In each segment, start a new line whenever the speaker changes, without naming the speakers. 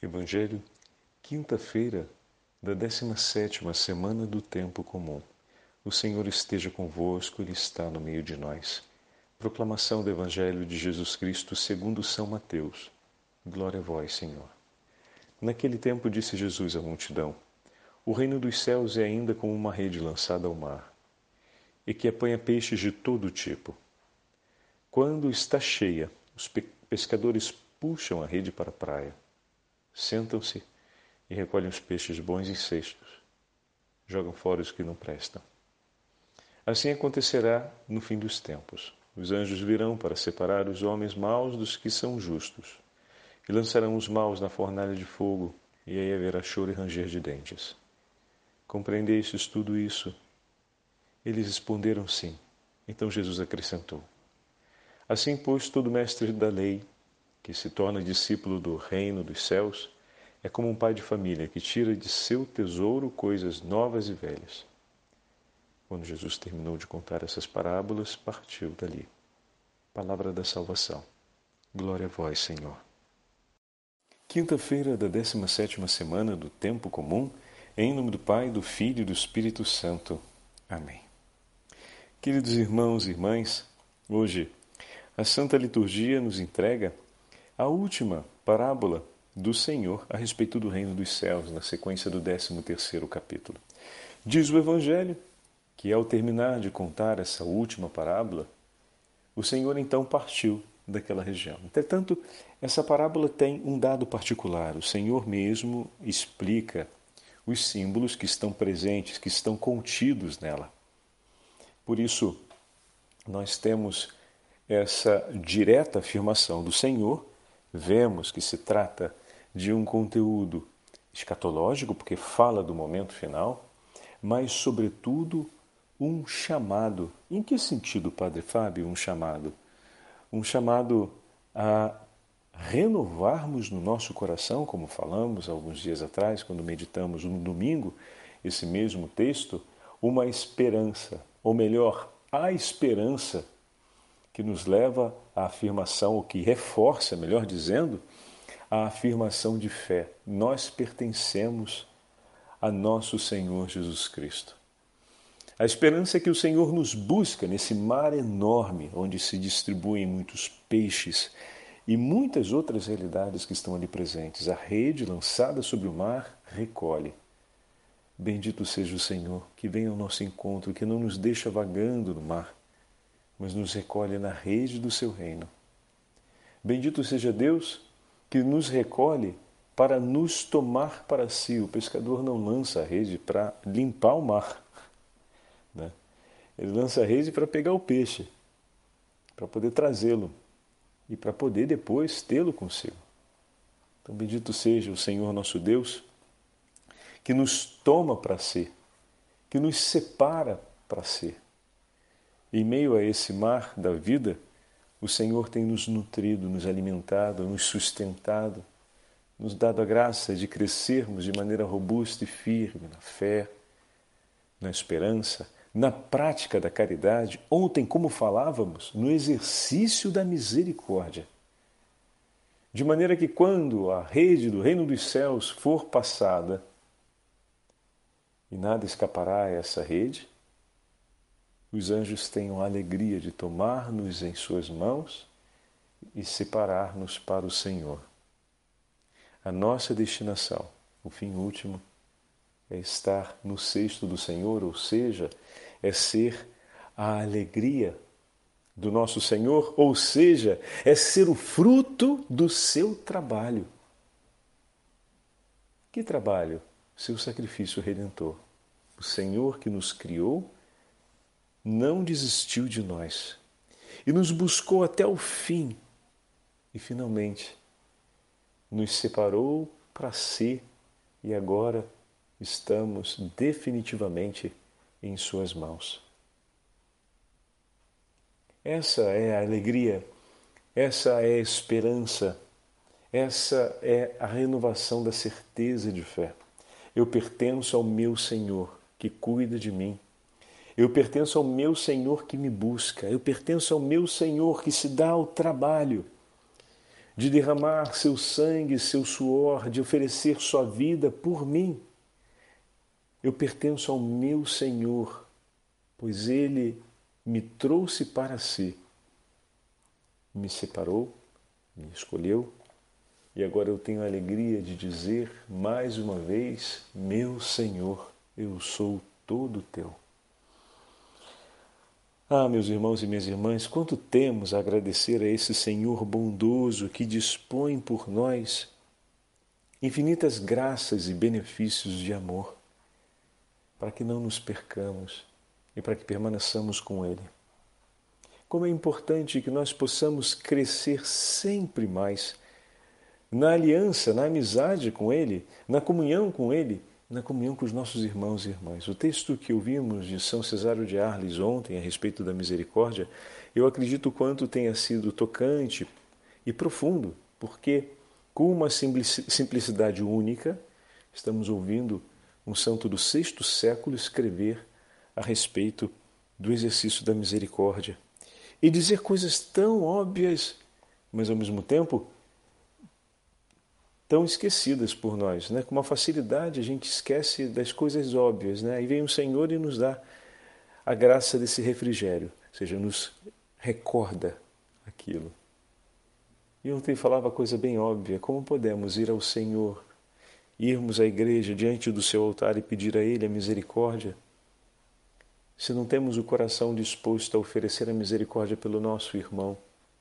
Evangelho, quinta-feira da 17ª semana do Tempo Comum. O Senhor esteja convosco, Ele está no meio de nós. Proclamação do Evangelho de Jesus Cristo segundo São Mateus. Glória a vós, Senhor. Naquele tempo disse Jesus à multidão: O reino dos céus é ainda como uma rede lançada ao mar, e que apanha peixes de todo tipo. Quando está cheia, os pescadores puxam a rede para a praia. Sentam-se e recolhem os peixes bons em cestos. Jogam fora os que não prestam. Assim acontecerá no fim dos tempos. Os anjos virão para separar os homens maus dos que são justos, e lançarão os maus na fornalha de fogo, e aí haverá choro e ranger de dentes. Compreendestes tudo isso? Eles responderam sim. Então Jesus acrescentou: Assim, pois, todo mestre da lei, que se torna discípulo do reino dos céus, é como um pai de família que tira de seu tesouro coisas novas e velhas. Quando Jesus terminou de contar essas parábolas, partiu dali. Palavra da salvação. Glória a vós, Senhor. Quinta-feira da 17ª semana do Tempo Comum, em nome do Pai, do Filho e do Espírito Santo. Amém. Queridos irmãos e irmãs, hoje a Santa Liturgia nos entrega a última parábola do Senhor a respeito do reino dos céus, na sequência do 13º capítulo. Diz o Evangelho que, ao terminar de contar essa última parábola, o Senhor então partiu daquela região. Entretanto, essa parábola tem um dado particular. O Senhor mesmo explica os símbolos que estão presentes, que estão contidos nela. Por isso, nós temos essa direta afirmação do Senhor. Vemos que se trata de um conteúdo escatológico, porque fala do momento final, mas, sobretudo, um chamado. Em que sentido, Padre Fábio, um chamado? Um chamado a renovarmos no nosso coração, como falamos alguns dias atrás, quando meditamos no domingo, esse mesmo texto, uma esperança, ou melhor, a esperança que nos leva à afirmação, ou que reforça, melhor dizendo, a afirmação de fé. Nós pertencemos a nosso Senhor Jesus Cristo. A esperança é que o Senhor nos busca nesse mar enorme, onde se distribuem muitos peixes e muitas outras realidades que estão ali presentes. A rede lançada sobre o mar recolhe. Bendito seja o Senhor, que vem ao nosso encontro, que não nos deixa vagando no mar, mas nos recolhe na rede do seu reino. Bendito seja Deus que nos recolhe para nos tomar para si. O pescador não lança a rede para limpar o mar, né? Ele lança a rede para pegar o peixe, para poder trazê-lo e para poder depois tê-lo consigo. Então bendito seja o Senhor nosso Deus, que nos toma para si, que nos separa para si. Em meio a esse mar da vida, o Senhor tem nos nutrido, nos alimentado, nos sustentado, nos dado a graça de crescermos de maneira robusta e firme na fé, na esperança, na prática da caridade. Ontem, como falávamos, no exercício da misericórdia. De maneira que quando a rede do reino dos céus for passada, e nada escapará a essa rede, os anjos tenham a alegria de tomar-nos em suas mãos e separar-nos para o Senhor. A nossa destinação, o fim último, é estar no cesto do Senhor, ou seja, é ser a alegria do nosso Senhor, ou seja, é ser o fruto do seu trabalho. Que trabalho? Seu sacrifício redentor. O Senhor que nos criou não desistiu de nós e nos buscou até o fim e finalmente nos separou para si e agora estamos definitivamente em suas mãos. Essa é a alegria, essa é a esperança, essa é a renovação da certeza de fé. Eu pertenço ao meu Senhor que cuida de mim. Eu pertenço ao meu Senhor que me busca. Eu pertenço ao meu Senhor que se dá ao trabalho de derramar seu sangue, seu suor, de oferecer sua vida por mim. Eu pertenço ao meu Senhor, pois Ele me trouxe para si, me separou, me escolheu, e agora eu tenho a alegria de dizer mais uma vez: meu Senhor, eu sou todo teu. Ah, meus irmãos e minhas irmãs, quanto temos a agradecer a esse Senhor bondoso que dispõe por nós infinitas graças e benefícios de amor, para que não nos percamos e para que permaneçamos com Ele. Como é importante que nós possamos crescer sempre mais na aliança, na amizade com Ele, na comunhão com Ele, na comunhão com os nossos irmãos e irmãs. O texto que ouvimos de São Cesário de Arles ontem a respeito da misericórdia, eu acredito quanto tenha sido tocante e profundo, porque com uma simplicidade única, estamos ouvindo um santo do sexto século escrever a respeito do exercício da misericórdia e dizer coisas tão óbvias, mas ao mesmo tempo tão esquecidas por nós, né? Com uma facilidade a gente esquece das coisas óbvias, né? E vem o Senhor e nos dá a graça desse refrigério, ou seja, nos recorda aquilo. E ontem falava coisa bem óbvia: como podemos ir ao Senhor, irmos à igreja diante do seu altar e pedir a Ele a misericórdia, se não temos o coração disposto a oferecer a misericórdia pelo nosso irmão?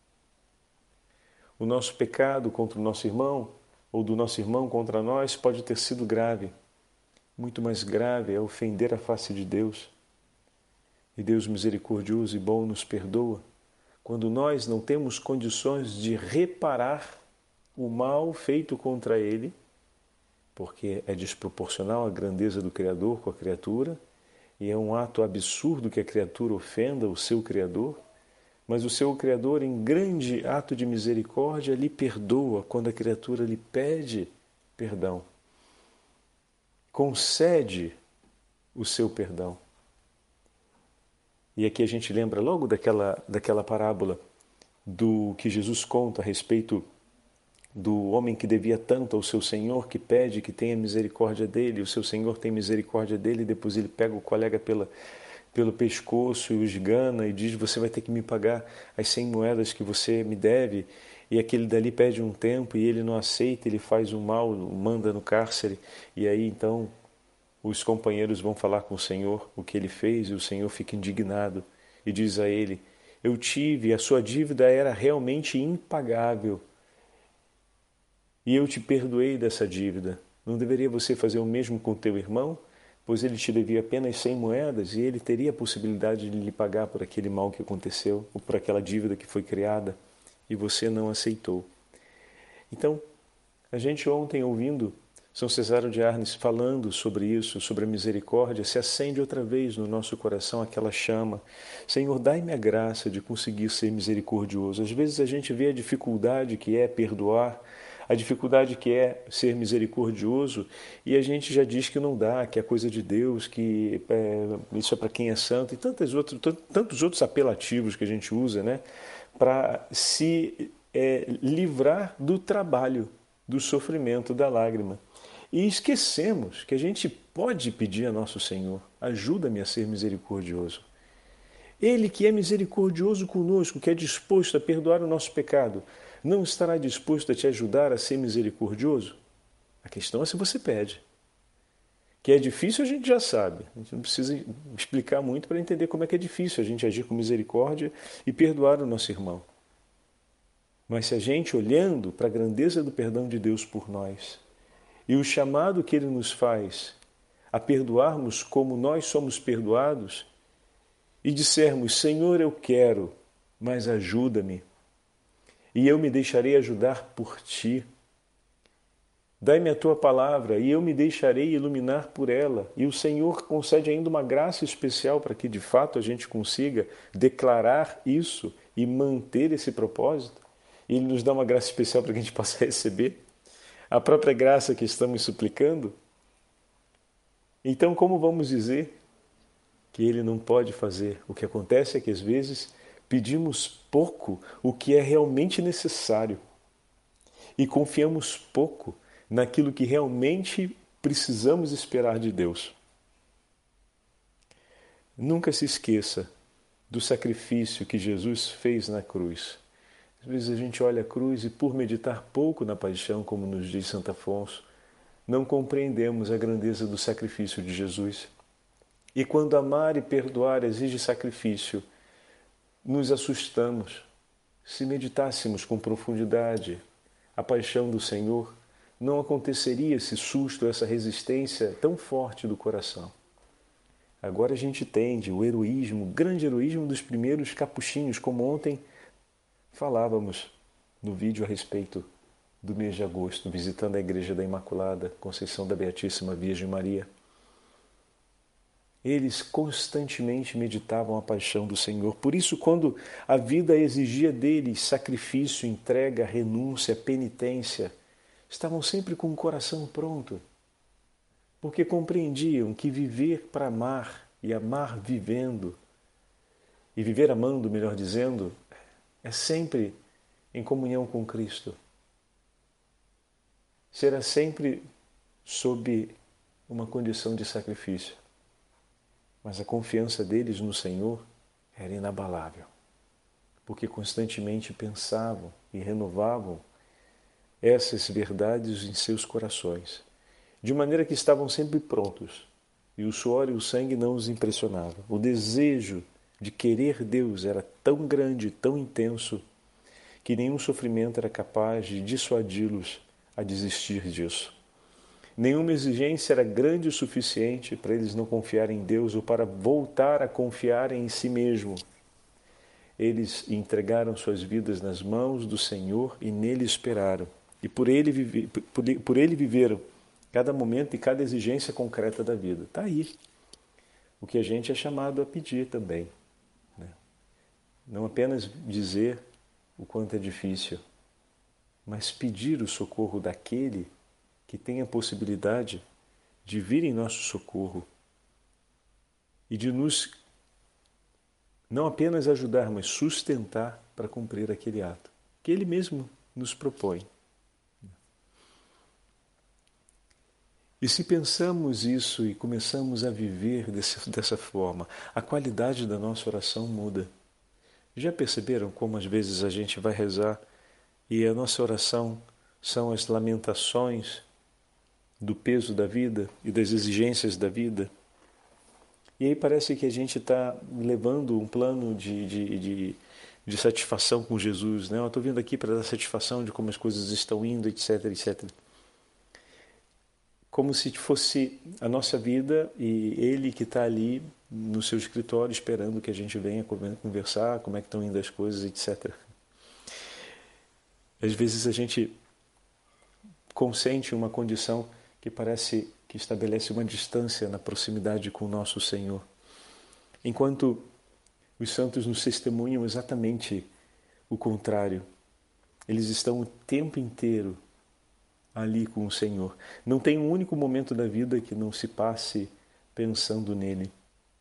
O nosso pecado contra o nosso irmão, ou do nosso irmão contra nós, pode ter sido grave. Muito mais grave é ofender a face de Deus. E Deus misericordioso e bom nos perdoa quando nós não temos condições de reparar o mal feito contra Ele, porque é desproporcional a grandeza do Criador com a criatura, e é um ato absurdo que a criatura ofenda o seu Criador, mas o seu Criador, em grande ato de misericórdia, lhe perdoa quando a criatura lhe pede perdão. Concede o seu perdão. E aqui a gente lembra logo daquela parábola do que Jesus conta a respeito do homem que devia tanto ao seu Senhor, que pede que tenha misericórdia dele, o seu Senhor tem misericórdia dele, e depois ele pega o colega pelo pescoço e o esgana e diz: você vai ter que me pagar as 100 moedas que você me deve. E aquele dali pede um tempo e ele não aceita, ele faz o mal, manda no cárcere. E aí então os companheiros vão falar com o Senhor o que ele fez, e o Senhor fica indignado e diz a ele: eu tive, a sua dívida era realmente impagável e eu te perdoei dessa dívida. Não deveria você fazer o mesmo com teu irmão? Pois ele te devia apenas 100 moedas e ele teria a possibilidade de lhe pagar por aquele mal que aconteceu ou por aquela dívida que foi criada e você não aceitou. Então, a gente ontem ouvindo São Cesário de Arles falando sobre isso, sobre a misericórdia, se acende outra vez no nosso coração aquela chama. Senhor, dai-me a graça de conseguir ser misericordioso. Às vezes a gente vê a dificuldade que é perdoar, a dificuldade que é ser misericordioso, e a gente já diz que não dá, que é coisa de Deus, que isso é para quem é santo, e tantos outros apelativos que a gente usa, né, para se livrar do trabalho, do sofrimento, da lágrima. E esquecemos que a gente pode pedir a nosso Senhor: ajuda-me a ser misericordioso. Ele que é misericordioso conosco, que é disposto a perdoar o nosso pecado, não estará disposto a te ajudar a ser misericordioso? A questão é se você pede. Que é difícil, a gente já sabe. A gente não precisa explicar muito para entender como é que é difícil a gente agir com misericórdia e perdoar o nosso irmão. Mas se a gente, olhando para a grandeza do perdão de Deus por nós e o chamado que Ele nos faz a perdoarmos como nós somos perdoados, e dissermos: Senhor, eu quero, mas ajuda-me, e eu me deixarei ajudar por Ti. Dai-me a Tua palavra e eu me deixarei iluminar por ela. E o Senhor concede ainda uma graça especial para que de fato a gente consiga declarar isso e manter esse propósito. E Ele nos dá uma graça especial para que a gente possa receber a própria graça que estamos suplicando. Então, como vamos dizer que Ele não pode fazer? O que acontece é que às vezes pedimos pouco o que é realmente necessário. e confiamos pouco naquilo que realmente precisamos esperar de Deus. Nunca se esqueça do sacrifício que Jesus fez na cruz. Às vezes a gente olha a cruz e, por meditar pouco na paixão, como nos diz Santo Afonso, não compreendemos a grandeza do sacrifício de Jesus. E quando amar e perdoar exige sacrifício, nos assustamos. Se meditássemos com profundidade a paixão do Senhor, não aconteceria esse susto, essa resistência tão forte do coração. Agora a gente entende o heroísmo, o grande heroísmo dos primeiros capuchinhos, como ontem falávamos no vídeo a respeito do mês de agosto, visitando a Igreja da Imaculada Conceição da Beatíssima Virgem Maria. Eles constantemente meditavam a paixão do Senhor. Por isso, quando a vida exigia deles sacrifício, entrega, renúncia, penitência, estavam sempre com o coração pronto, porque compreendiam que viver para amar e amar vivendo, e viver amando, melhor dizendo, é sempre em comunhão com Cristo. Será sempre sob uma condição de sacrifício. Mas a confiança deles no Senhor era inabalável, porque constantemente pensavam e renovavam essas verdades em seus corações, de maneira que estavam sempre prontos, e o suor e o sangue não os impressionavam. O desejo de querer Deus era tão grande, tão intenso, que nenhum sofrimento era capaz de dissuadi-los a desistir disso. Nenhuma exigência era grande o suficiente para eles não confiarem em Deus ou para voltar a confiar em si mesmo. Eles entregaram suas vidas nas mãos do Senhor e nele esperaram. E por ele viveram cada momento e cada exigência concreta da vida. Está aí o que a gente é chamado a pedir também. Né? Não apenas dizer o quanto é difícil, mas pedir o socorro daquele que tem a possibilidade de vir em nosso socorro e de nos não apenas ajudar, mas sustentar para cumprir aquele ato que Ele mesmo nos propõe. E se pensamos isso e começamos a viver dessa forma, a qualidade da nossa oração muda. Já perceberam como às vezes a gente vai rezar e a nossa oração são as lamentações do peso da vida e das exigências da vida? E aí parece que a gente está levando um plano de satisfação com Jesus, né? Eu estou vindo aqui para dar satisfação de como as coisas estão indo, etc, etc. Como se fosse a nossa vida e Ele que está ali no seu escritório esperando que a gente venha conversar, como é que estão indo as coisas, etc. Às vezes a gente consente uma condição que parece que estabelece uma distância na proximidade com o nosso Senhor. Enquanto os santos nos testemunham exatamente o contrário. Eles estão o tempo inteiro ali com o Senhor. Não tem um único momento da vida que não se passe pensando nele.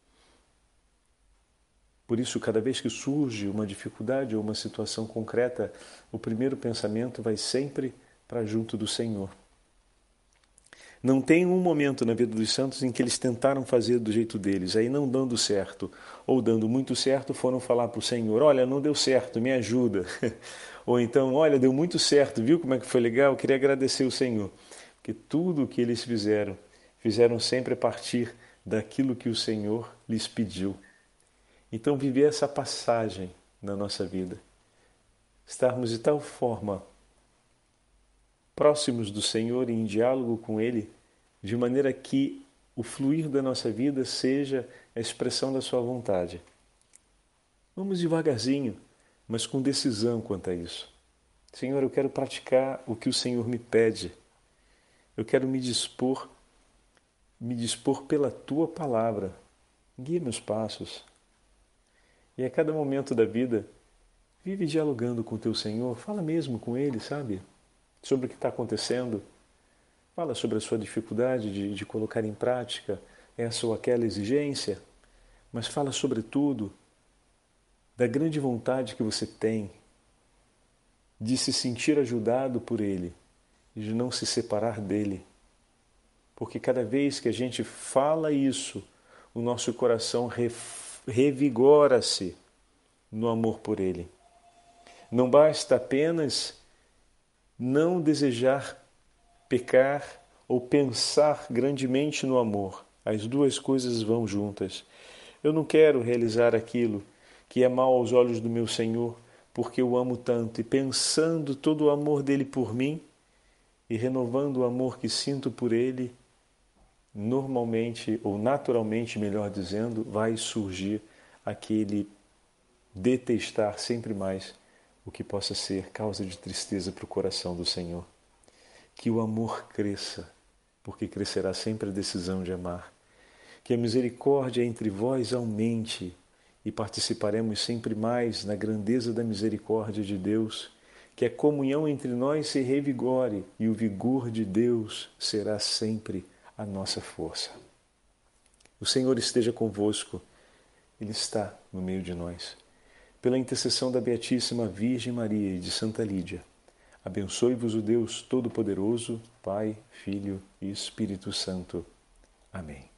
Por isso, cada vez que surge uma dificuldade ou uma situação concreta, o primeiro pensamento vai sempre para junto do Senhor. Não tem um momento na vida dos santos em que eles tentaram fazer do jeito deles, aí não dando certo, ou dando muito certo, foram falar para o Senhor, olha, não deu certo, me ajuda. Ou então, olha, deu muito certo, viu como é que foi legal? Eu queria agradecer o Senhor. Porque tudo o que eles fizeram sempre a partir daquilo que o Senhor lhes pediu. Então, viver essa passagem na nossa vida, estarmos de tal forma próximos do Senhor e em diálogo com Ele, de maneira que o fluir da nossa vida seja a expressão da sua vontade. Vamos devagarzinho, mas com decisão quanto a isso. Senhor, eu quero praticar o que o Senhor me pede. Eu quero me dispor pela Tua palavra. Guia meus passos. E a cada momento da vida, vive dialogando com o Teu Senhor, fala mesmo com Ele, sabe? Sobre o que está acontecendo. Fala sobre a sua dificuldade de colocar em prática essa ou aquela exigência, mas fala sobretudo da grande vontade que você tem de se sentir ajudado por Ele e de não se separar dele. Porque cada vez que a gente fala isso, o nosso coração revigora-se no amor por Ele. Não basta apenas não desejar pecar ou pensar grandemente no amor. As duas coisas vão juntas. Eu não quero realizar aquilo que é mal aos olhos do meu Senhor, porque eu amo tanto, e pensando todo o amor dele por mim e renovando o amor que sinto por ele, normalmente, ou naturalmente, melhor dizendo, vai surgir aquele detestar sempre mais o que possa ser causa de tristeza para o coração do Senhor. Que o amor cresça, porque crescerá sempre a decisão de amar. Que a misericórdia entre vós aumente e participaremos sempre mais na grandeza da misericórdia de Deus. Que a comunhão entre nós se revigore e o vigor de Deus será sempre a nossa força. O Senhor esteja convosco, Ele está no meio de nós. Pela intercessão da Beatíssima Virgem Maria e de Santa Lídia, abençoe-vos o Deus Todo-Poderoso, Pai, Filho e Espírito Santo. Amém.